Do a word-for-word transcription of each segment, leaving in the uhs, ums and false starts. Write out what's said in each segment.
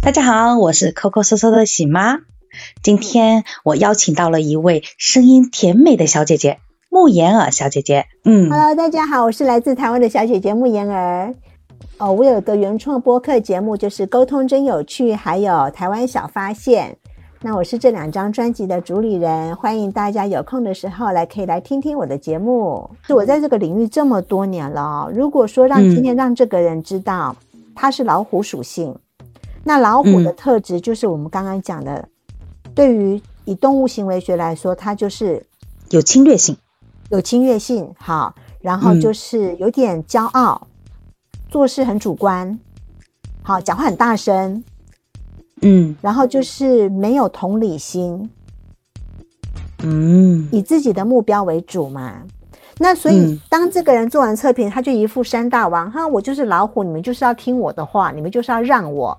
大家好，我是抠抠搜搜的喜妈。今天我邀请到了一位声音甜美的小姐姐，穆言儿小姐姐。嗯 Hello， 大家好，我是来自台湾的小姐姐穆言儿。哦，我有个原创播客节目，就是沟通真有趣，还有台湾小发现。那我是这两张专辑的主理人，欢迎大家有空的时候来可以来听听我的节目。我在这个领域这么多年了、哦、如果说让今天让这个人知道、嗯、他是老虎属性，那老虎的特质就是我们刚刚讲的、嗯、对于以动物行为学来说，它就是有侵略性有侵略性好，然后就是有点骄傲、嗯、做事很主观，好，讲话很大声，嗯，然后就是没有同理心，嗯，以自己的目标为主嘛。那所以当这个人做完测评，他就一副山大王，哈，我就是老虎，你们就是要听我的话，你们就是要让我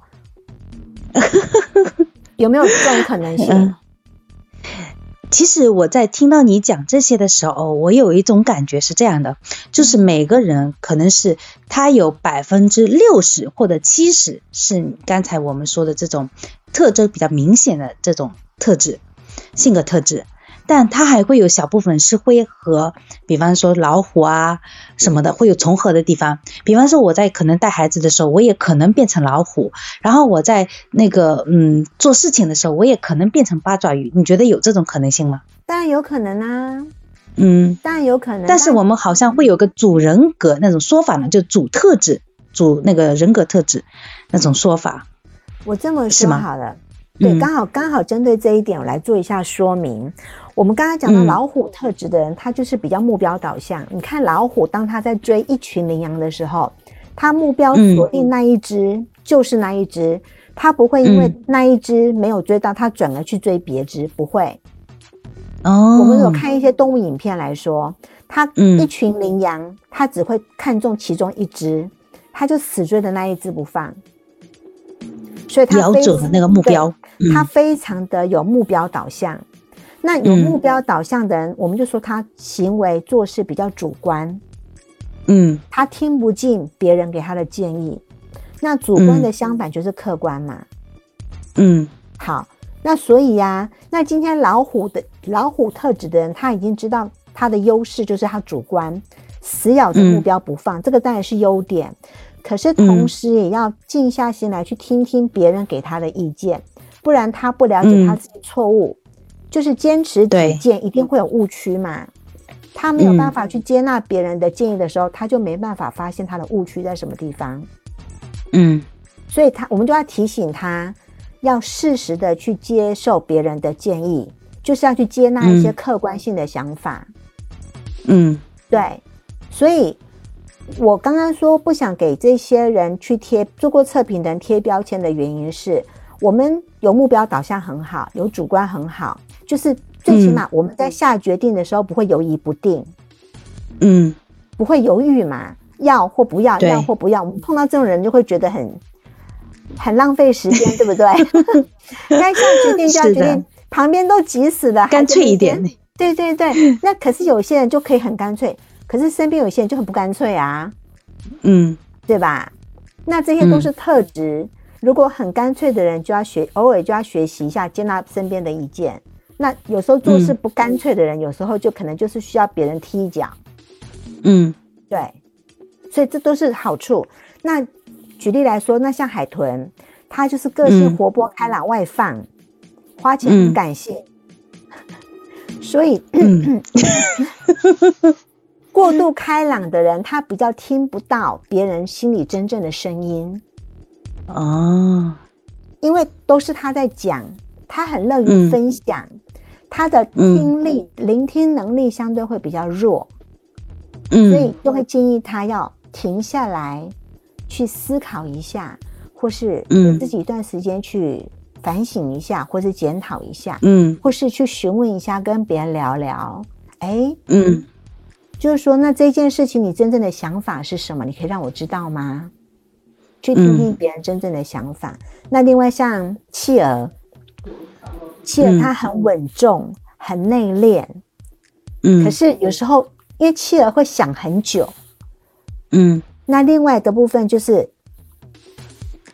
有没有这种可能性、嗯、 其实我在听到你讲这些的时候，我有一种感觉是这样的，就是每个人可能是他有百分之六十或者七十是刚才我们说的这种特征比较明显的这种特质，性格特质，但他还会有小部分是会和比方说老虎啊什么的会有重合的地方。比方说我在可能带孩子的时候，我也可能变成老虎，然后我在那个嗯做事情的时候，我也可能变成八爪鱼。你觉得有这种可能性吗？ 当然有可能啊， 嗯， 当然有可能。 但是我们好像会有个主人格那种说法呢，就主特质，主那个人格特质那种说法。 我这么说好了，对，刚好刚好针对这一点我来做一下说明。我们刚才讲到老虎特质的人、嗯、他就是比较目标导向。你看老虎当他在追一群羚羊的时候，他目标锁定那一只、嗯、就是那一只，他不会因为那一只没有追到他转而去追别只，不会。哦，我们有看一些动物影片来说，他一群羚羊、嗯、他只会看中其中一只，他就死追的那一只不放，所以他标准的那个目标、 嗯、他非常的有目标导向。那有目标导向的人、嗯、我们就说他行为做事比较主观，嗯，他听不进别人给他的建议。那主观的相反就是客观嘛，嗯，好，那所以啊，那今天老虎的老虎特质的人，他已经知道他的优势就是他主观，死咬着目标不放、嗯、这个当然是优点，可是同时也要静下心来去听听别人给他的意见，不然他不了解他自己错误、嗯，就是坚持己见一定会有误区嘛，他没有办法去接纳别人的建议的时候、嗯、他就没办法发现他的误区在什么地方。嗯，所以他我们就要提醒他要适时的去接受别人的建议，就是要去接纳一些客观性的想法。嗯，对，所以我刚刚说不想给这些人去贴做过测评的人贴标签的原因是，我们有目标导向很好，有主观很好，就是最起码我们在下决定的时候不会犹疑不定，嗯，不会犹豫嘛，要或不要，要或不要。我们碰到这种人就会觉得很很浪费时间，对不对？该下决定就要决定，旁边都急死了， 干脆一点。 对对对，那可是有些人就可以很干脆，可是身边有些人就很不干脆啊，嗯，对吧？那这些都是特质。嗯，如果很干脆的人就要学，偶尔就要学习一下接纳身边的意见。那有时候做事不干脆的人、嗯、有时候就可能就是需要别人踢一脚。嗯，对，所以这都是好处。那举例来说，那像海豚，他就是个性活泼开朗外放、嗯、花钱很感性、嗯、所以、嗯、过度开朗的人他比较听不到别人心里真正的声音哦，因为都是他在讲，他很乐于分享、嗯、他的听力、嗯、聆听能力相对会比较弱，嗯，所以就会建议他要停下来去思考一下，或是给自己一段时间去反省一下、嗯、或是检讨一下，嗯，或是去询问一下，跟别人聊聊，哎，嗯，就是说那这件事情你真正的想法是什么，你可以让我知道吗？去听听别人真正的想法、嗯、那另外像企鹅，企鹅它很稳重、嗯、很内敛，嗯，可是有时候因为企鹅会想很久，嗯，那另外的部分就是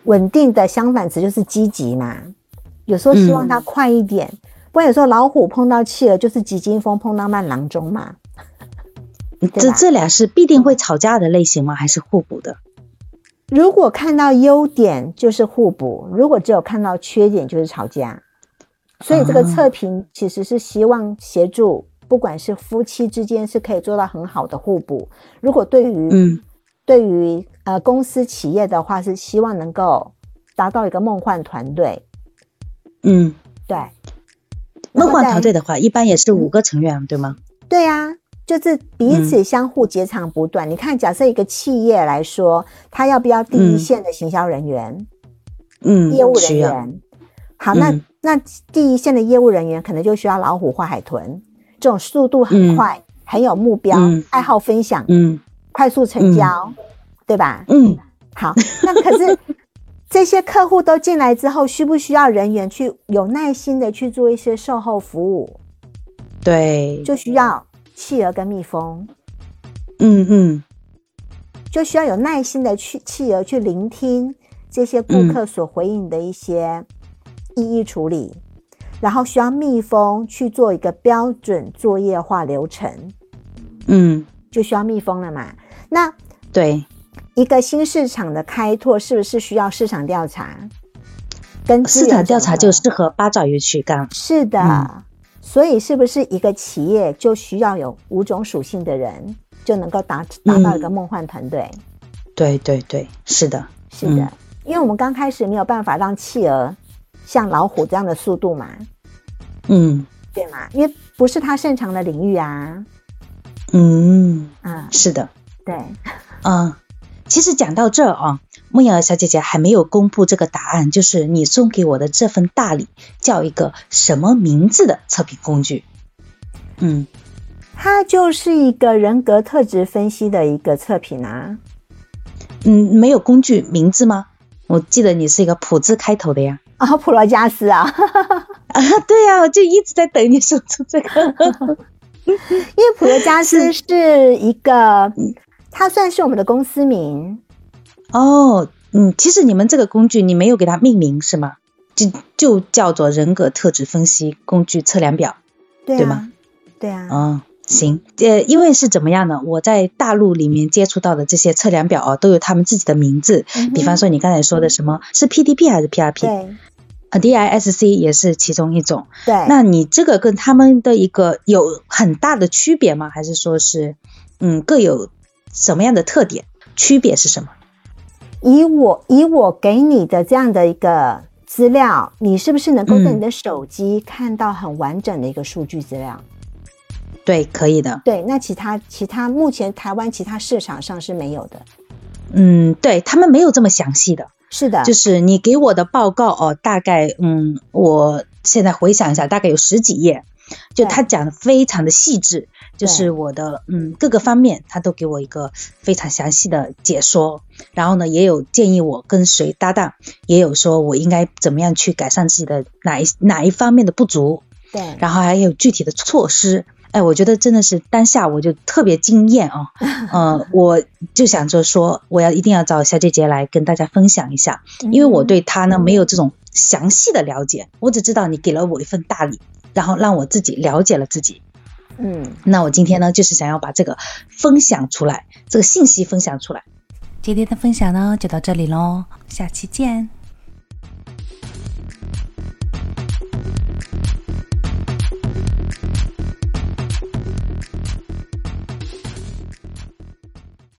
稳定的相反词就是积极嘛，有时候希望它快一点，嗯、不然有时候老虎碰到企鹅就是急惊风碰到慢郎中嘛。 这这俩是必定会吵架的类型吗？还是互补的？ 如果看到优点就是互补，如果只有看到缺点就是吵架。所以这个测评其实是希望协助，不管是夫妻之间是可以做到很好的互补。如果对于、嗯、对于呃公司企业的话，是希望能够达到一个梦幻团队。 嗯， 对。 梦幻团队的话，一般也是五个成员，嗯、对吗？ 对啊。就是彼此相互截长补短、嗯、你看假设一个企业来说，他要不要第一线的行销人员，嗯，业务人员，好，那、嗯、那第一线的业务人员可能就需要老虎或海豚，这种速度很快、嗯、很有目标、嗯、爱好分享，嗯，快速成交、嗯、对吧？嗯，好，那可是这些客户都进来之后，需不需要人员去有耐心的去做一些售后服务？ 对， 就需要企鹅跟蜜蜂， 嗯嗯， 就需要有耐心的去企鹅去聆听这些顾客所回应的一些异议处理、嗯、然后需要蜜蜂去做一个标准作业化流程， 嗯， 就需要蜜蜂了嘛。那对一个新市场的开拓是不是需要市场调查？跟市场调查就适合八爪鱼去干。 是的、嗯，所以是不是一个企业就需要有五种属性的人就能够达达到一个梦幻团队、嗯、 对对对，是的是的、嗯、因为我们刚开始没有办法让企鹅像老虎这样的速度嘛， 嗯， 对嘛，因为不是他擅长的领域啊。 嗯啊，是的， 对， 嗯，其实讲到这儿啊，梦瑶小姐姐还没有公布这个答案，就是你送给我的这份大礼叫一个什么名字的测评工具？嗯， 它就是一个人格特质分析的一个测评啊。 嗯，没有工具名字吗？我记得你是一个普字开头的呀。 啊，普罗加斯啊。 啊，对啊，我就一直在等你说出这个。 因为普罗加斯是一个，它算是我们的公司名。 哦，嗯，其实你们这个工具你没有给它命名是吗？就就叫做人格特质分析工具测量表， 对啊， 对吗？ 对啊。 哦，行，呃，因为是怎么样呢？我在大陆里面接触到的这些测量表啊，都有他们自己的名字，嗯、比方说你刚才说的什么是 P D P 还是 P R P？ 对。 啊 ，D I S C 也是其中一种。 对， 那你这个跟他们的一个有很大的区别吗？还是说是，嗯，各有什么样的特点？区别是什么？ 以我以我给你的这样的一个资料，你是不是能够在你的手机看到很完整的一个数据资料？ 嗯、对，可以的。 对，那其他其他目前台湾其他市场上是没有的。 嗯，对，他们没有这么详细的。 是的， 就是你给我的报告哦，大概嗯，我现在回想一下，大概有十几页，就他讲的非常的细致，就是我的嗯各个方面，他都给我一个非常详细的解说，然后呢，也有建议我跟谁搭档，也有说我应该怎么样去改善自己的哪一哪一方面的不足， 对， 然后还有具体的措施。哎，我觉得真的是当下我就特别惊艳啊，呃，我就想着说，我要一定要找小姐姐来跟大家分享一下，因为我对她呢没有这种详细的了解，我只知道你给了我一份大礼，然后让我自己了解了自己。嗯，那我今天呢，就是想要把这个分享出来，这个信息分享出来。 今天的分享呢就到这里咯，下期见。